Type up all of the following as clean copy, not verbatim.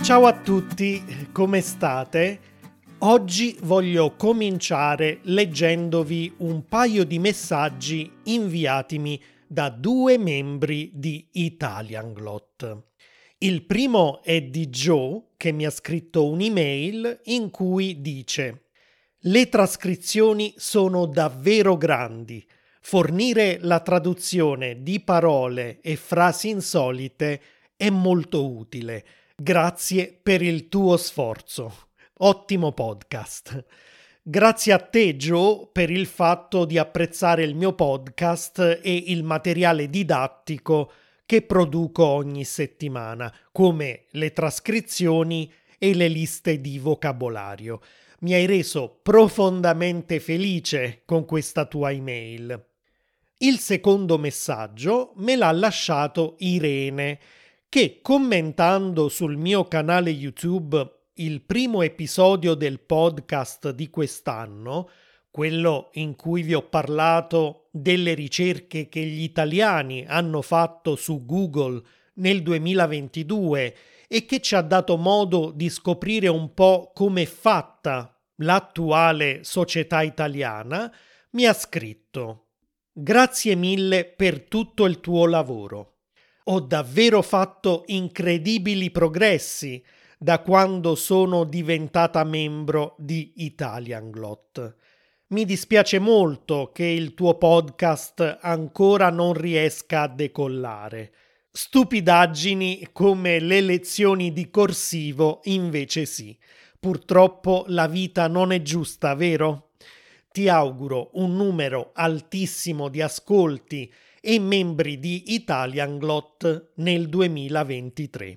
Ciao a tutti, come state? Oggi voglio cominciare leggendovi un paio di messaggi inviatimi da due membri di Italianglot. Il primo è di Joe, che mi ha scritto un'email in cui dice: le trascrizioni sono davvero grandi. Fornire la traduzione di parole e frasi insolite è molto utile. Grazie per il tuo sforzo. Ottimo podcast. Grazie a te, Joe, per il fatto di apprezzare il mio podcast e il materiale didattico che produco ogni settimana, come le trascrizioni e le liste di vocabolario. Mi hai reso profondamente felice con questa tua email. Il secondo messaggio me l'ha lasciato Irene, che commentando sul mio canale YouTube il primo episodio del podcast di quest'anno, quello in cui vi ho parlato delle ricerche che gli italiani hanno fatto su Google nel 2022 e che ci ha dato modo di scoprire un po' com'è fatta l'attuale società italiana, mi ha scritto: grazie mille per tutto il tuo lavoro. Ho davvero fatto incredibili progressi da quando sono diventata membro di Italianglot. Mi dispiace molto che il tuo podcast ancora non riesca a decollare. Stupidaggini come le lezioni di corsivo invece sì. Purtroppo la vita non è giusta, vero? Ti auguro un numero altissimo di ascolti e membri di Italianglot nel 2023.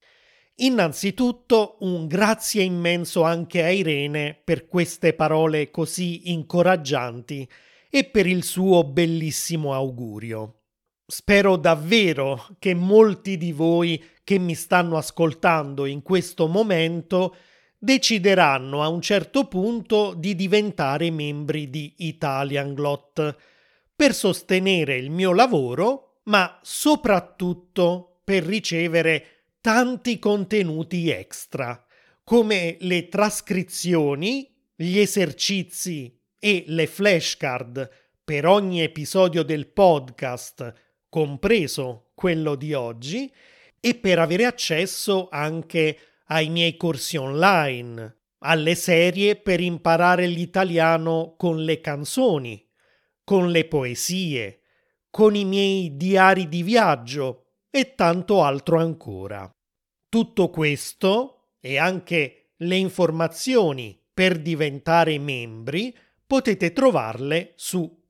Innanzitutto un grazie immenso anche a Irene per queste parole così incoraggianti e per il suo bellissimo augurio. Spero davvero che molti di voi che mi stanno ascoltando in questo momento decideranno a un certo punto di diventare membri di Italianglot per sostenere il mio lavoro, ma soprattutto per ricevere tanti contenuti extra, come le trascrizioni, gli esercizi e le flashcard per ogni episodio del podcast, compreso quello di oggi, e per avere accesso anche ai miei corsi online, alle serie per imparare l'italiano con le canzoni, con le poesie, con i miei diari di viaggio e tanto altro ancora. Tutto questo e anche le informazioni per diventare membri potete trovarle su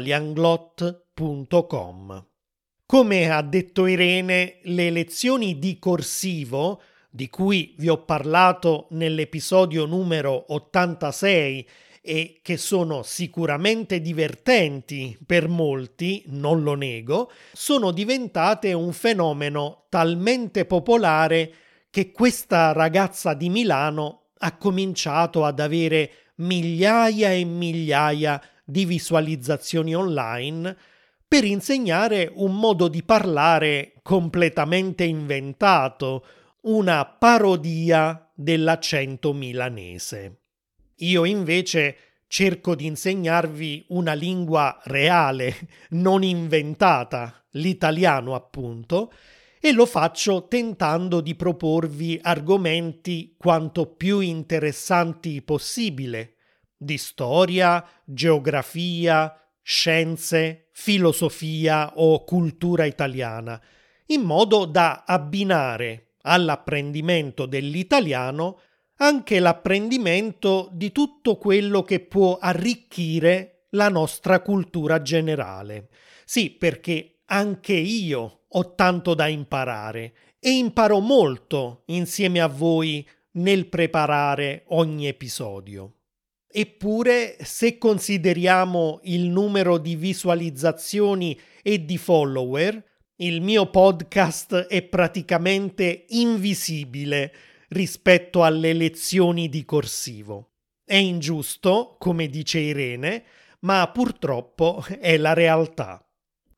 italianglot.com. Come ha detto Irene, le lezioni di corsivo, di cui vi ho parlato nell'episodio numero 86 e che sono sicuramente divertenti per molti, non lo nego, sono diventate un fenomeno talmente popolare che questa ragazza di Milano ha cominciato ad avere migliaia e migliaia di visualizzazioni online per insegnare un modo di parlare completamente inventato, una parodia dell'accento milanese. Io invece cerco di insegnarvi una lingua reale, non inventata, l'italiano appunto, e lo faccio tentando di proporvi argomenti quanto più interessanti possibile, di storia, geografia, scienze, filosofia o cultura italiana, in modo da abbinare all'apprendimento dell'italiano anche l'apprendimento di tutto quello che può arricchire la nostra cultura generale. Sì, perché anche io ho tanto da imparare e imparo molto insieme a voi nel preparare ogni episodio. Eppure, se consideriamo il numero di visualizzazioni e di follower, il mio podcast è praticamente invisibile rispetto alle lezioni di corsivo. È ingiusto, come dice Irene, ma purtroppo è la realtà.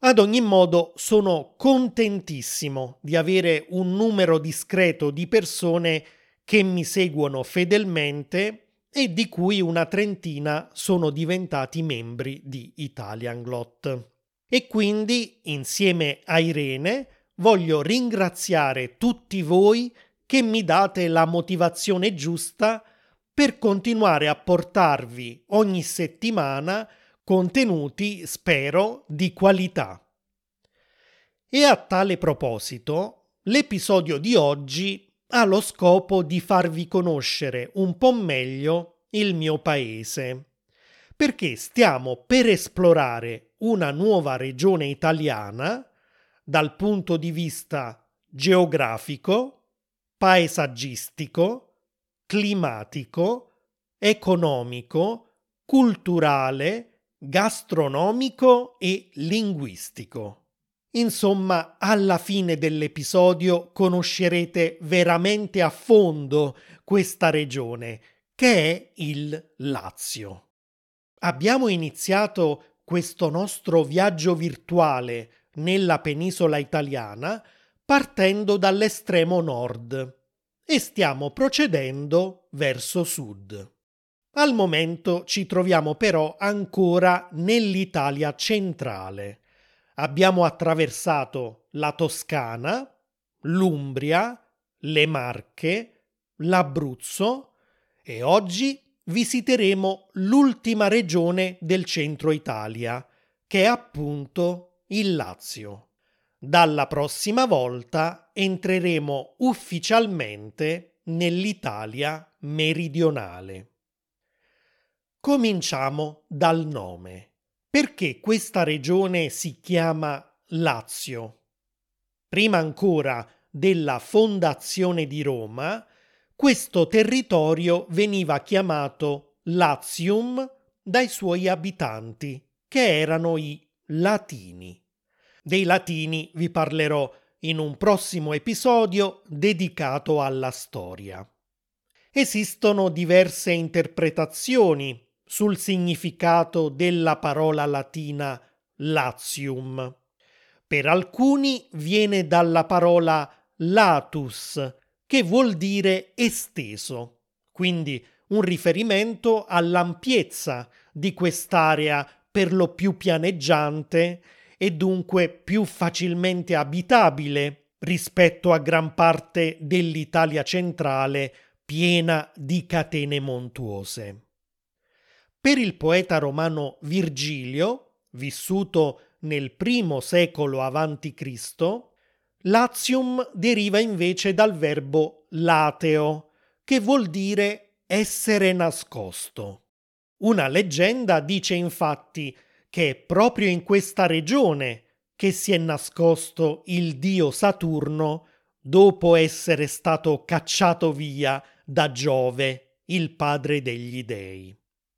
Ad ogni modo, sono contentissimo di avere un numero discreto di persone che mi seguono fedelmente e di cui una trentina sono diventati membri di Italianglot. E quindi, insieme a Irene, voglio ringraziare tutti voi che mi date la motivazione giusta per continuare a portarvi ogni settimana contenuti, spero, di qualità. E a tale proposito, l'episodio di oggi ha lo scopo di farvi conoscere un po' meglio il mio paese, perché stiamo per esplorare una nuova regione italiana dal punto di vista geografico, paesaggistico, climatico, economico, culturale, gastronomico e linguistico. Insomma, alla fine dell'episodio conoscerete veramente a fondo questa regione, che è il Lazio. Abbiamo iniziato questo nostro viaggio virtuale nella penisola italiana partendo dall'estremo nord e stiamo procedendo verso sud. Al momento ci troviamo però ancora nell'Italia centrale. Abbiamo attraversato la Toscana, l'Umbria, le Marche, l'Abruzzo e oggi visiteremo l'ultima regione del centro Italia, che è appunto il Lazio. Dalla prossima volta entreremo ufficialmente nell'Italia meridionale. Cominciamo dal nome. Perché questa regione si chiama Lazio? Prima ancora della fondazione di Roma, questo territorio veniva chiamato Latium dai suoi abitanti, che erano i Latini. Dei Latini vi parlerò in un prossimo episodio dedicato alla storia. Esistono diverse interpretazioni sul significato della parola latina Latium. Per alcuni viene dalla parola latus, che vuol dire esteso, quindi un riferimento all'ampiezza di quest'area per lo più pianeggiante e dunque più facilmente abitabile rispetto a gran parte dell'Italia centrale piena di catene montuose. Per il poeta romano Virgilio, vissuto nel I secolo a.C., Latium deriva invece dal verbo lateo, che vuol dire essere nascosto. Una leggenda dice infatti che è proprio in questa regione che si è nascosto il dio Saturno dopo essere stato cacciato via da Giove, il padre degli dei.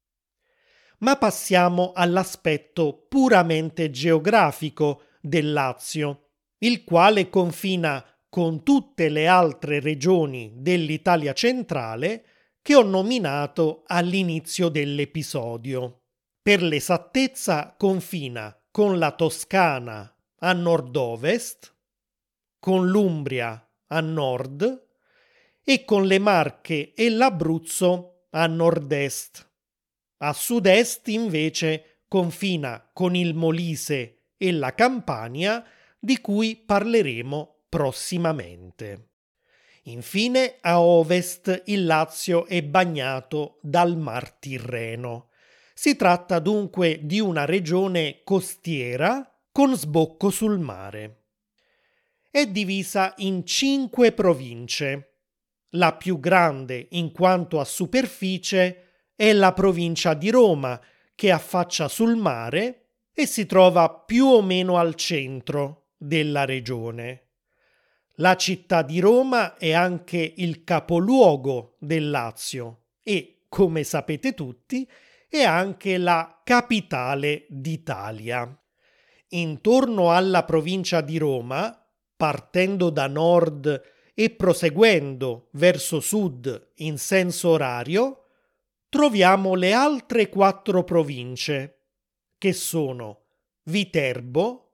Ma passiamo all'aspetto puramente geografico del Lazio, il quale confina con tutte le altre regioni dell'Italia centrale che ho nominato all'inizio dell'episodio. Per l'esattezza confina con la Toscana a nord-ovest, con l'Umbria a nord e con le Marche e l'Abruzzo a nord-est. A sud-est invece confina con il Molise e la Campania, di cui parleremo prossimamente. Infine, a ovest il Lazio è bagnato dal Mar Tirreno. Si tratta dunque di una regione costiera con sbocco sul mare. È divisa in 5 province. La più grande in quanto a superficie è la provincia di Roma, che affaccia sul mare e si trova più o meno al centro della regione. La città di Roma è anche il capoluogo del Lazio e, come sapete tutti, è anche la capitale d'Italia. Intorno alla provincia di Roma, partendo da nord e proseguendo verso sud in senso orario, troviamo le altre 4 province, che sono Viterbo,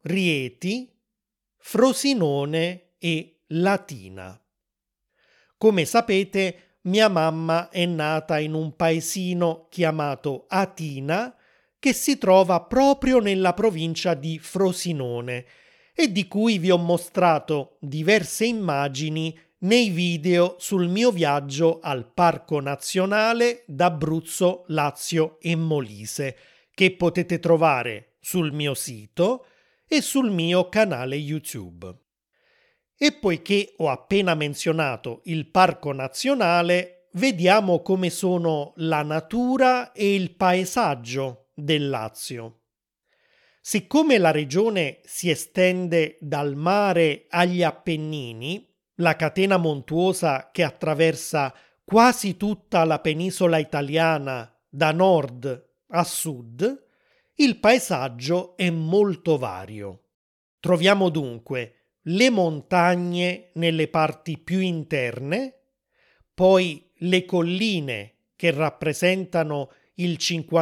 Rieti, Frosinone e Latina. Come sapete, mia mamma è nata in un paesino chiamato Atina, che si trova proprio nella provincia di Frosinone e di cui vi ho mostrato diverse immagini nei video sul mio viaggio al Parco Nazionale d'Abruzzo, Lazio e Molise, che potete trovare sul mio sito e sul mio canale YouTube. E poiché ho appena menzionato il Parco Nazionale, vediamo come sono la natura e il paesaggio del Lazio. Siccome la regione si estende dal mare agli Appennini, la catena montuosa che attraversa quasi tutta la penisola italiana da nord a sud, il paesaggio è molto vario. Troviamo dunque le montagne nelle parti più interne, poi le colline che rappresentano il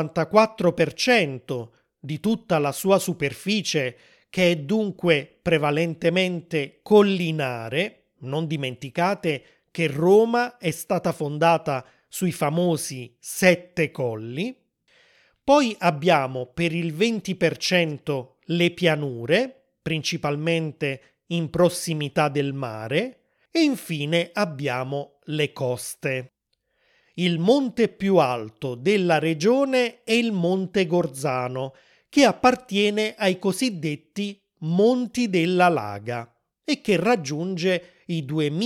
54% di tutta la sua superficie, che è dunque prevalentemente collinare. Non dimenticate che Roma è stata fondata sui famosi 7 colli. Poi abbiamo per il 20% le pianure, principalmente in prossimità del mare, e infine abbiamo le coste. Il monte più alto della regione è il Monte Gorzano, che appartiene ai cosiddetti Monti della Laga e che raggiunge i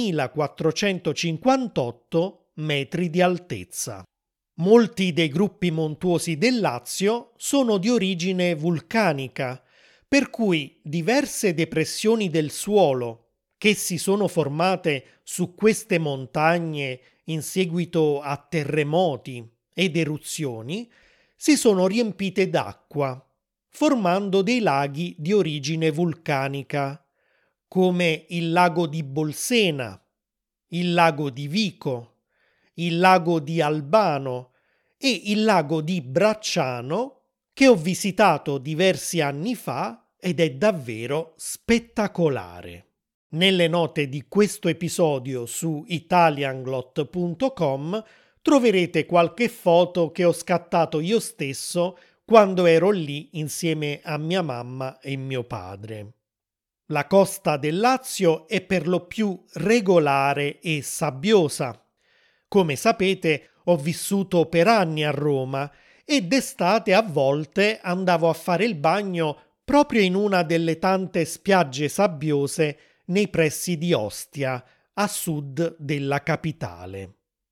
2458 metri di altezza. Molti dei gruppi montuosi del Lazio sono di origine vulcanica, per cui diverse depressioni del suolo che si sono formate su queste montagne in seguito a terremoti ed eruzioni si sono riempite d'acqua, formando dei laghi di origine vulcanica, come il lago di Bolsena, il lago di Vico, il lago di Albano e il lago di Bracciano, che ho visitato diversi anni fa ed è davvero spettacolare. Nelle note di questo episodio su italianglot.com troverete qualche foto che ho scattato io stesso quando ero lì insieme a mia mamma e mio padre. La costa del Lazio è per lo più regolare e sabbiosa. Come sapete, ho vissuto per anni a Roma e d'estate a volte andavo a fare il bagno proprio in una delle tante spiagge sabbiose nei pressi di Ostia, a sud della capitale.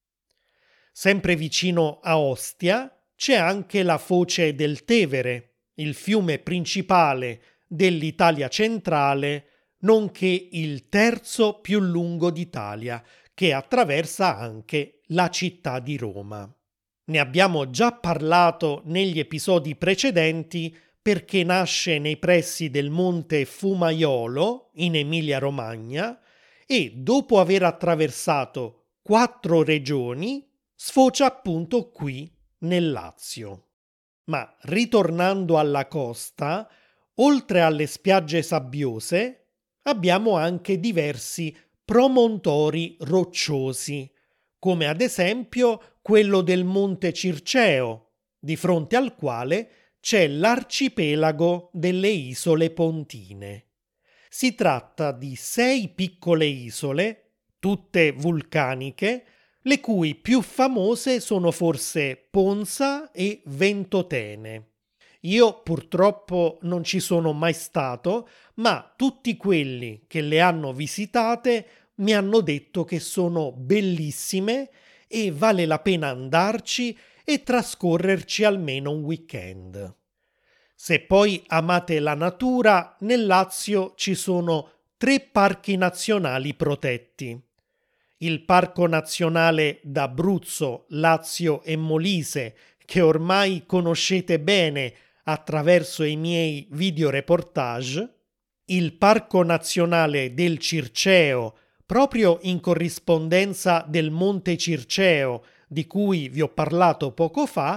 Sempre vicino a Ostia c'è anche la foce del Tevere, il fiume principale dell'Italia centrale, nonché il terzo più lungo d'Italia, che attraversa anche la città di Roma. Ne abbiamo già parlato negli episodi precedenti perché nasce nei pressi del monte Fumaiolo, in Emilia-Romagna, e dopo aver attraversato 4 regioni sfocia appunto qui nel Lazio. Ma ritornando alla costa, oltre alle spiagge sabbiose, abbiamo anche diversi promontori rocciosi, come ad esempio quello del Monte Circeo, di fronte al quale c'è l'arcipelago delle isole Pontine. Si tratta di 6 piccole isole, tutte vulcaniche, le cui più famose sono forse Ponza e Ventotene. Io purtroppo non ci sono mai stato, ma tutti quelli che le hanno visitate mi hanno detto che sono bellissime e vale la pena andarci e trascorrerci almeno un weekend. Se poi amate la natura, nel Lazio ci sono 3 parchi nazionali protetti. Il Parco Nazionale d'Abruzzo, Lazio e Molise, che ormai conoscete bene attraverso i miei videoreportage, il Parco Nazionale del Circeo, proprio in corrispondenza del Monte Circeo, di cui vi ho parlato poco fa,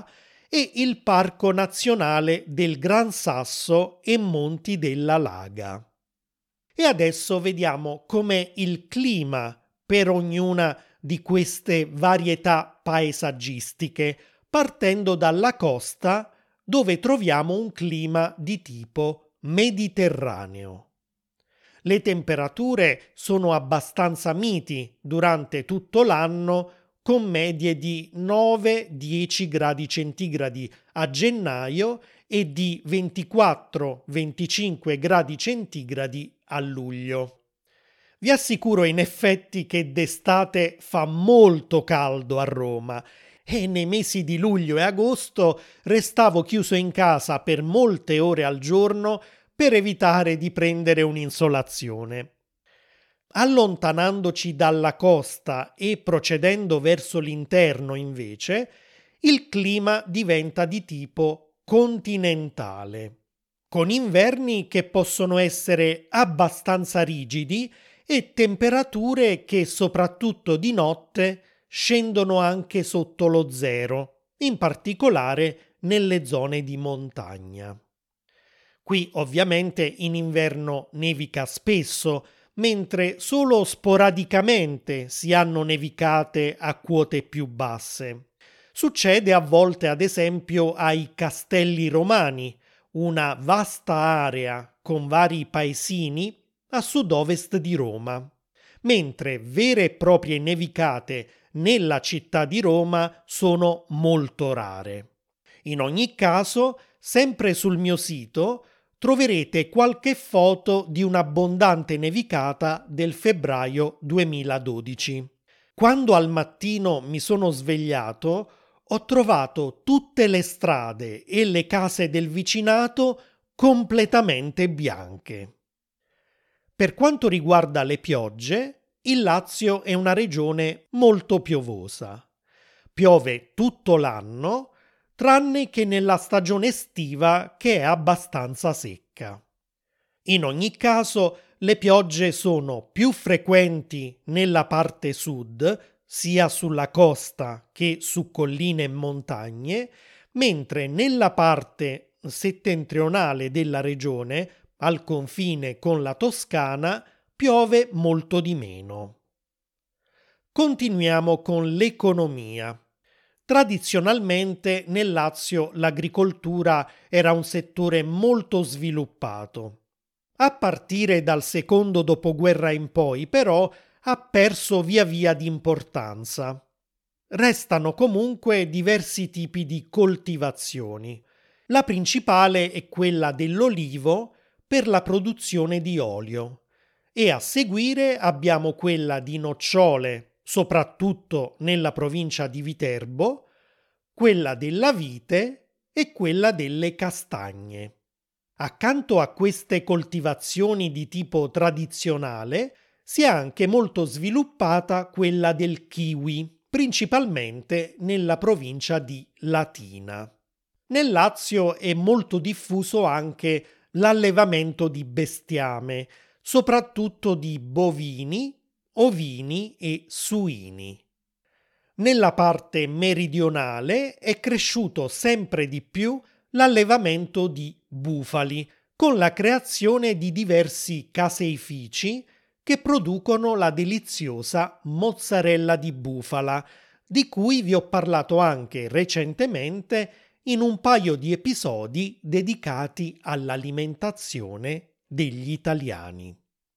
e il Parco Nazionale del Gran Sasso e Monti della Laga. E adesso vediamo com'è il clima per ognuna di queste varietà paesaggistiche, partendo dalla costa, dove troviamo un clima di tipo mediterraneo. Le temperature sono abbastanza miti durante tutto l'anno, con medie di 9-10 gradi centigradi a gennaio e di 24-25 gradi centigradi a luglio. Vi assicuro in effetti che d'estate fa molto caldo a Roma e nei mesi di luglio e agosto restavo chiuso in casa per molte ore al giorno per evitare di prendere un'insolazione. Allontanandoci dalla costa e procedendo verso l'interno, invece, il clima diventa di tipo continentale, con inverni che possono essere abbastanza rigidi e temperature che, soprattutto di notte, scendono anche sotto lo zero, in particolare nelle zone di montagna. Qui ovviamente in inverno nevica spesso, mentre solo sporadicamente si hanno nevicate a quote più basse. Succede a volte ad esempio ai Castelli Romani, una vasta area con vari paesini a sud-ovest di Roma, mentre vere e proprie nevicate nella città di Roma sono molto rare. In ogni caso, sempre sul mio sito troverete qualche foto di un'abbondante nevicata del febbraio 2012. Quando al mattino mi sono svegliato, ho trovato tutte le strade e le case del vicinato completamente bianche. Per quanto riguarda le piogge, il Lazio è una regione molto piovosa. Piove tutto l'anno, tranne che nella stagione estiva che è abbastanza secca. In ogni caso, le piogge sono più frequenti nella parte sud, sia sulla costa che su colline e montagne, mentre nella parte settentrionale della regione, al confine con la Toscana, piove molto di meno. Continuiamo con l'economia. Tradizionalmente nel Lazio l'agricoltura era un settore molto sviluppato. A partire dal secondo dopoguerra in poi, però, ha perso via via di importanza. Restano comunque diversi tipi di coltivazioni. La principale è quella dell'olivo per la produzione di olio e a seguire abbiamo quella di nocciole, soprattutto nella provincia di Viterbo, quella della vite e quella delle castagne. Accanto a queste coltivazioni di tipo tradizionale si è anche molto sviluppata quella del kiwi, principalmente nella provincia di Latina. Nel Lazio è molto diffuso anche l'allevamento di bestiame, soprattutto di bovini, ovini e suini. Nella parte meridionale è cresciuto sempre di più l'allevamento di bufali, con la creazione di diversi caseifici che producono la deliziosa mozzarella di bufala, di cui vi ho parlato anche recentemente in un paio di episodi dedicati all'alimentazione degli italiani.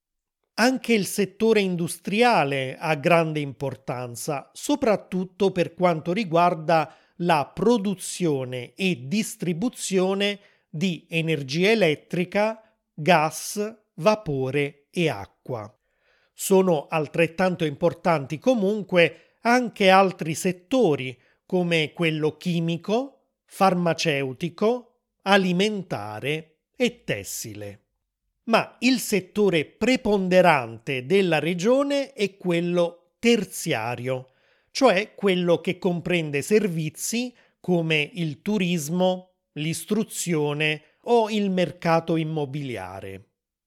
Anche il settore industriale ha grande importanza, soprattutto per quanto riguarda la produzione e distribuzione di energia elettrica, gas, vapore e acqua. Sono altrettanto importanti comunque anche altri settori come quello chimico, farmaceutico, alimentare e tessile. Ma il settore preponderante della regione è quello terziario, cioè quello che comprende servizi come il turismo, l'istruzione o il mercato immobiliare.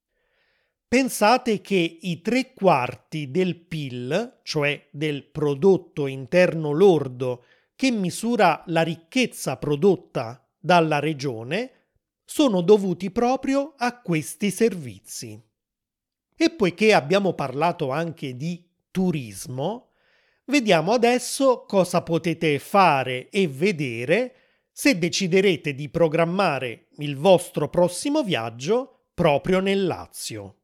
Pensate che i 3/4 del PIL, cioè del prodotto interno lordo, che misura la ricchezza prodotta dalla regione sono dovuti proprio a questi servizi. E poiché abbiamo parlato anche di turismo, vediamo adesso cosa potete fare e vedere se deciderete di programmare il vostro prossimo viaggio proprio nel Lazio.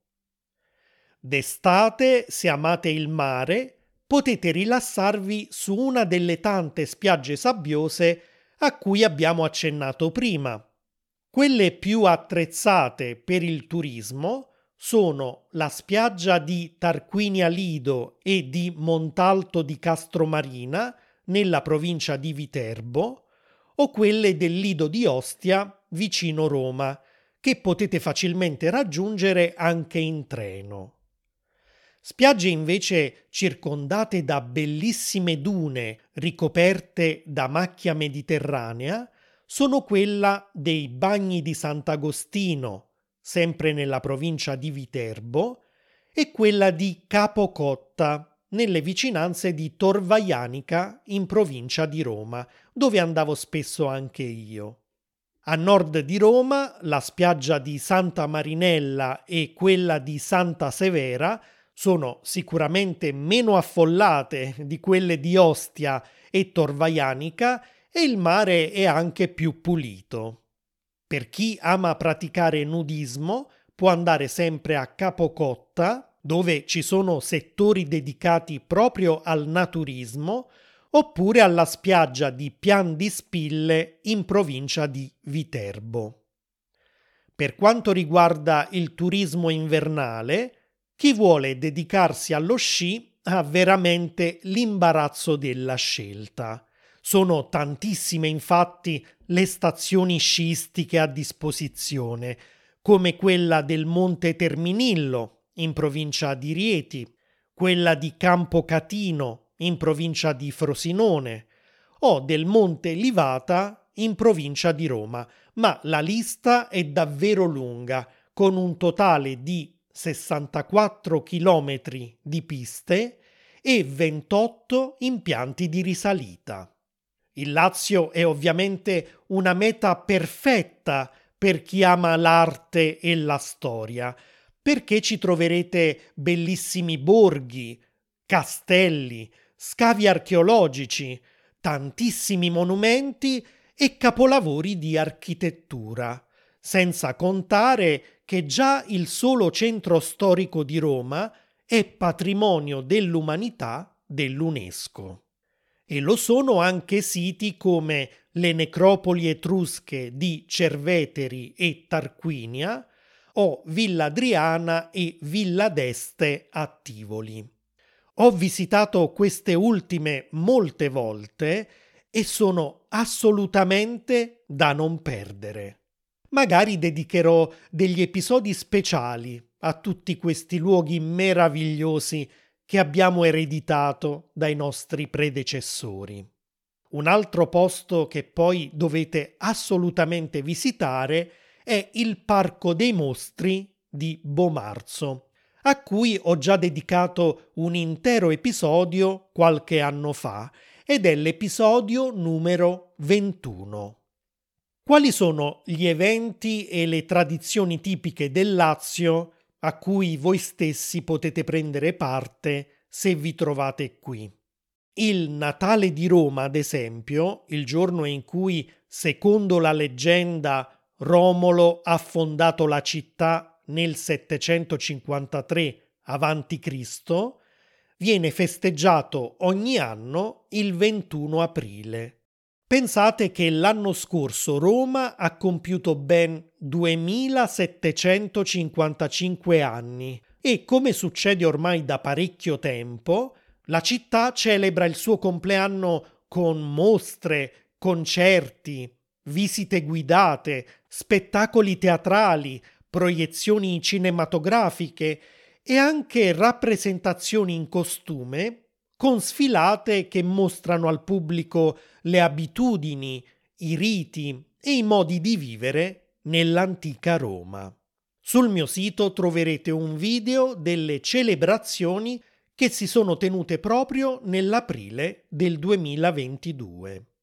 D'estate, se amate il mare, potete rilassarvi su una delle tante spiagge sabbiose a cui abbiamo accennato prima. Quelle più attrezzate per il turismo sono la spiaggia di Tarquinia Lido e di Montalto di Castromarina, nella provincia di Viterbo, o quelle del Lido di Ostia, vicino Roma, che potete facilmente raggiungere anche in treno. Spiagge invece circondate da bellissime dune ricoperte da macchia mediterranea sono quella dei Bagni di Sant'Agostino, sempre nella provincia di Viterbo, e quella di Capocotta, nelle vicinanze di Tor Vaianica, in provincia di Roma, dove andavo spesso anche io. A nord di Roma, la spiaggia di Santa Marinella e quella di Santa Severa sono sicuramente meno affollate di quelle di Ostia e Tor Vaianica e il mare è anche più pulito. Per chi ama praticare nudismo può andare sempre a Capocotta, dove ci sono settori dedicati proprio al naturismo, oppure alla spiaggia di Pian di Spille in provincia di Viterbo. Per quanto riguarda il turismo invernale, chi vuole dedicarsi allo sci ha veramente l'imbarazzo della scelta. Sono tantissime infatti le stazioni sciistiche a disposizione, come quella del Monte Terminillo in provincia di Rieti, quella di Campo Catino in provincia di Frosinone o del Monte Livata in provincia di Roma, ma la lista è davvero lunga, con un totale di 64 chilometri di piste e 28 impianti di risalita. Il Lazio è ovviamente una meta perfetta per chi ama l'arte e la storia, perché ci troverete bellissimi borghi, castelli, scavi archeologici, tantissimi monumenti e capolavori di architettura, senza contare che già il solo centro storico di Roma è patrimonio dell'umanità dell'UNESCO. E lo sono anche siti come le necropoli etrusche di Cerveteri e Tarquinia o Villa Adriana e Villa d'Este a Tivoli. Ho visitato queste ultime molte volte e sono assolutamente da non perdere. Magari dedicherò degli episodi speciali a tutti questi luoghi meravigliosi che abbiamo ereditato dai nostri predecessori. Un altro posto che poi dovete assolutamente visitare è il Parco dei Mostri di Bomarzo, a cui ho già dedicato un intero episodio qualche anno fa, ed è l'episodio numero 21. Quali sono gli eventi e le tradizioni tipiche del Lazio a cui voi stessi potete prendere parte se vi trovate qui? Il Natale di Roma, ad esempio, il giorno in cui, secondo la leggenda, Romolo ha fondato la città nel 753 a.C., viene festeggiato ogni anno il 21 aprile. Pensate che l'anno scorso Roma ha compiuto ben 2755 anni e, come succede ormai da parecchio tempo, la città celebra il suo compleanno con mostre, concerti, visite guidate, spettacoli teatrali, proiezioni cinematografiche e anche rappresentazioni in costume con sfilate che mostrano al pubblico le abitudini, i riti e i modi di vivere nell'antica Roma. Sul mio sito troverete un video delle celebrazioni che si sono tenute proprio nell'aprile del 2022.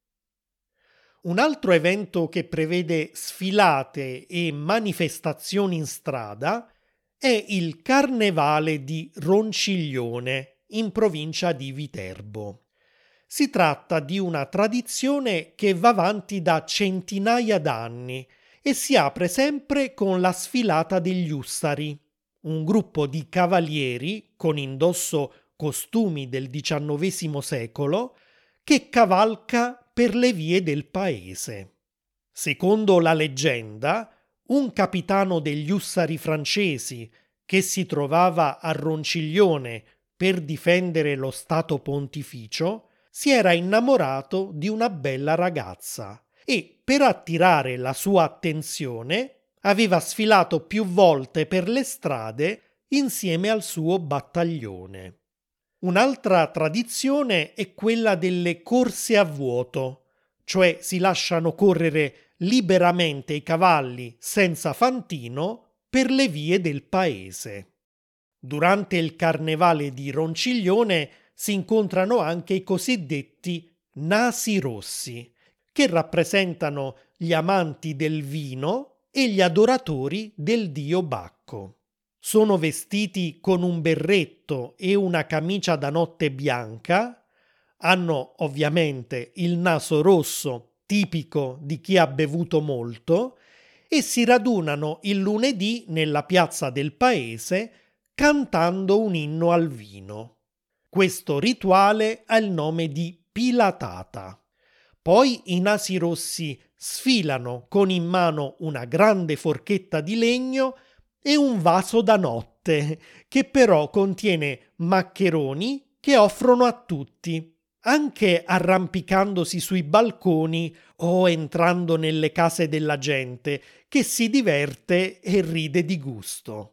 Un altro evento che prevede sfilate e manifestazioni in strada è il Carnevale di Ronciglione, in provincia di Viterbo. Si tratta di una tradizione che va avanti da centinaia d'anni e si apre sempre con la sfilata degli Ussari, un gruppo di cavalieri con indosso costumi del XIX secolo che cavalca per le vie del paese. Secondo la leggenda, un capitano degli Ussari francesi che si trovava a Ronciglione per difendere lo Stato Pontificio si era innamorato di una bella ragazza e, per attirare la sua attenzione, aveva sfilato più volte per le strade insieme al suo battaglione. Un'altra tradizione è quella delle corse a vuoto, cioè si lasciano correre liberamente i cavalli senza fantino per le vie del paese. Durante il Carnevale di Ronciglione si incontrano anche i cosiddetti nasi rossi, che rappresentano gli amanti del vino e gli adoratori del dio Bacco. Sono vestiti con un berretto e una camicia da notte bianca, hanno ovviamente il naso rosso, tipico di chi ha bevuto molto, e si radunano il lunedì nella piazza del paese cantando un inno al vino. Questo rituale ha il nome di pilatata. Poi i nasi rossi sfilano con in mano una grande forchetta di legno e un vaso da notte, che però contiene maccheroni che offrono a tutti, anche arrampicandosi sui balconi o entrando nelle case della gente, che si diverte e ride di gusto.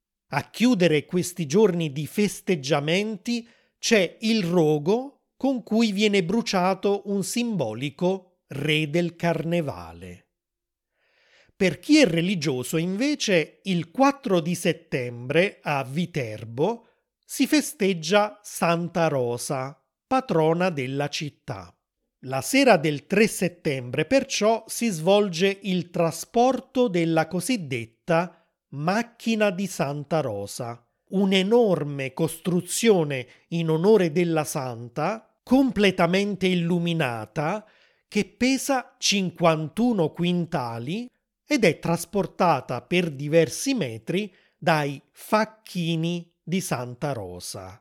A chiudere questi giorni di festeggiamenti c'è il rogo con cui viene bruciato un simbolico re del carnevale. Per chi è religioso, invece, il 4 di settembre a Viterbo si festeggia Santa Rosa, patrona della città. La sera del 3 settembre, perciò, si svolge il trasporto della cosiddetta Macchina di Santa Rosa, un'enorme costruzione in onore della santa, completamente illuminata, che pesa 51 quintali ed è trasportata per diversi metri dai facchini di Santa Rosa.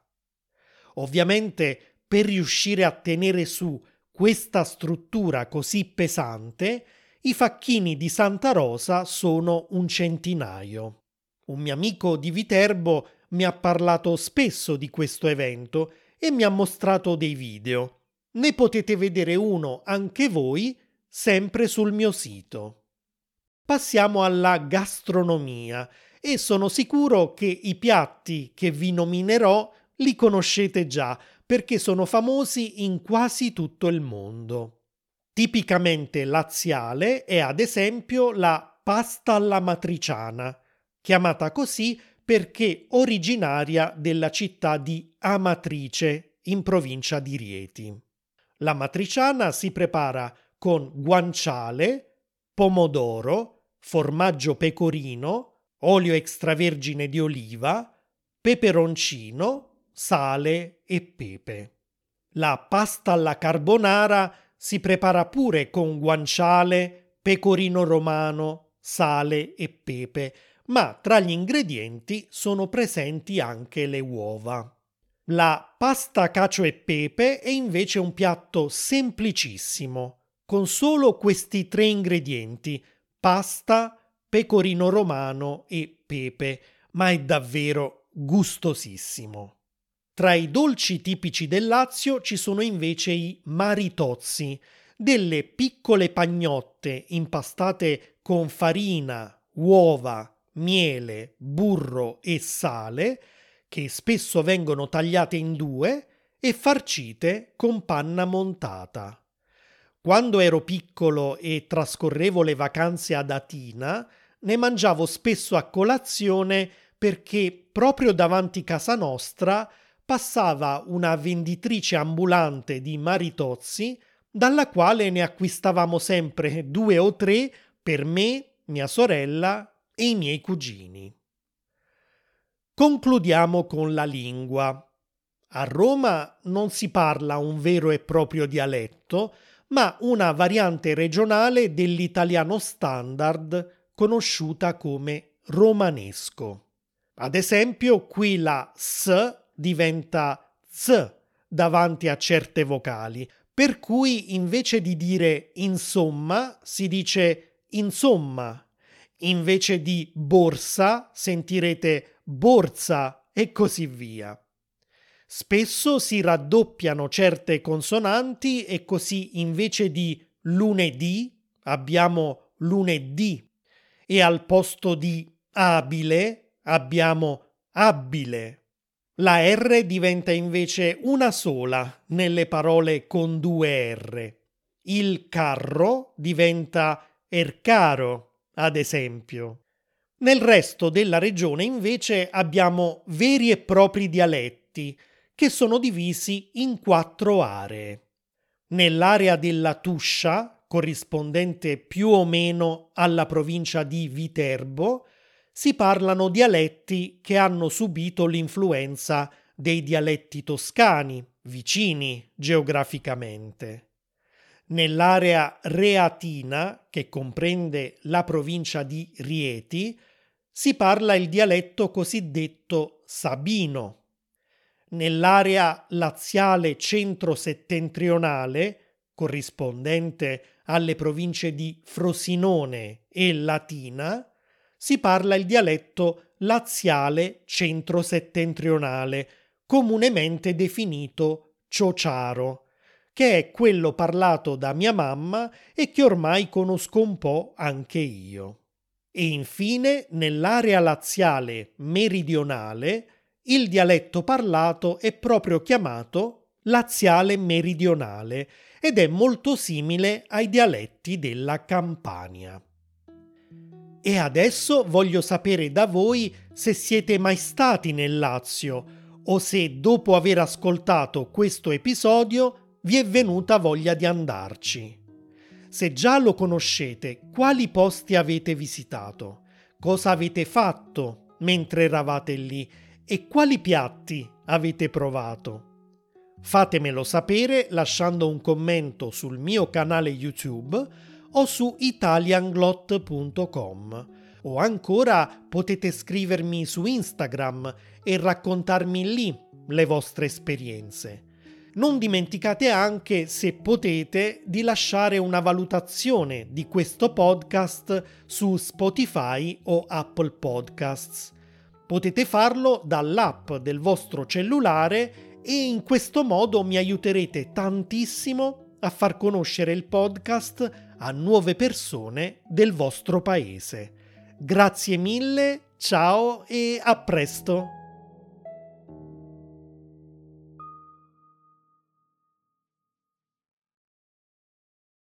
Ovviamente, per riuscire a tenere su questa struttura così pesante, i facchini di Santa Rosa sono un centinaio. Un mio amico di Viterbo mi ha parlato spesso di questo evento e mi ha mostrato dei video. Ne potete vedere uno anche voi, sempre sul mio sito. Passiamo alla gastronomia e sono sicuro che i piatti che vi nominerò li conoscete già perché sono famosi in quasi tutto il mondo. Tipicamente laziale è ad esempio la pasta alla matriciana, chiamata così perché originaria della città di Amatrice, in provincia di Rieti. La matriciana si prepara con guanciale, pomodoro, formaggio pecorino, olio extravergine di oliva, peperoncino, sale e pepe. La pasta alla carbonara si prepara pure con guanciale, pecorino romano, sale e pepe, ma tra gli ingredienti sono presenti anche le uova. La pasta cacio e pepe è invece un piatto semplicissimo, con solo questi 3 ingredienti: pasta, pecorino romano e pepe, ma è davvero gustosissimo. Tra i dolci tipici del Lazio ci sono invece i maritozzi, delle piccole pagnotte impastate con farina, uova, miele, burro e sale, che spesso vengono tagliate in 2 e farcite con panna montata. Quando ero piccolo e trascorrevo le vacanze ad Atina, ne mangiavo spesso a colazione perché proprio davanti casa nostra passava una venditrice ambulante di maritozzi dalla quale ne acquistavamo sempre 2 o 3 per me, mia sorella e i miei cugini. Concludiamo con la lingua. A Roma non si parla un vero e proprio dialetto, ma una variante regionale dell'italiano standard conosciuta come romanesco. Ad esempio, qui la S diventa Z davanti a certe vocali, per cui invece di dire insomma si dice insomma. Invece di borsa sentirete borsa e così via. Spesso si raddoppiano certe consonanti e così invece di lunedì abbiamo lunedì e al posto di abile abbiamo abile. La R diventa invece una sola nelle parole con 2 R. Il carro diventa ercaro, ad esempio. Nel resto della regione invece abbiamo veri e propri dialetti che sono divisi in 4 aree. Nell'area della Tuscia, corrispondente più o meno alla provincia di Viterbo, si parlano dialetti che hanno subito l'influenza dei dialetti toscani, vicini geograficamente. Nell'area reatina, che comprende la provincia di Rieti, si parla il dialetto cosiddetto sabino. Nell'area laziale centro-settentrionale, corrispondente alle province di Frosinone e Latina, si parla il dialetto laziale centro-settentrionale, comunemente definito ciociaro, che è quello parlato da mia mamma e che ormai conosco un po' anche io. E infine, nell'area laziale meridionale, il dialetto parlato è proprio chiamato laziale meridionale ed è molto simile ai dialetti della Campania. E adesso voglio sapere da voi se siete mai stati nel Lazio o se dopo aver ascoltato questo episodio vi è venuta voglia di andarci. Se già lo conoscete, quali posti avete visitato? Cosa avete fatto mentre eravate lì? E quali piatti avete provato? Fatemelo sapere lasciando un commento sul mio canale YouTube o su italianglot.com o ancora potete scrivermi su Instagram e raccontarmi lì le vostre esperienze. Non dimenticate anche, se potete, di lasciare una valutazione di questo podcast su Spotify o Apple Podcasts. Potete farlo dall'app del vostro cellulare e in questo modo mi aiuterete tantissimo a far conoscere il podcast a nuove persone del vostro paese. Grazie mille, ciao e a presto!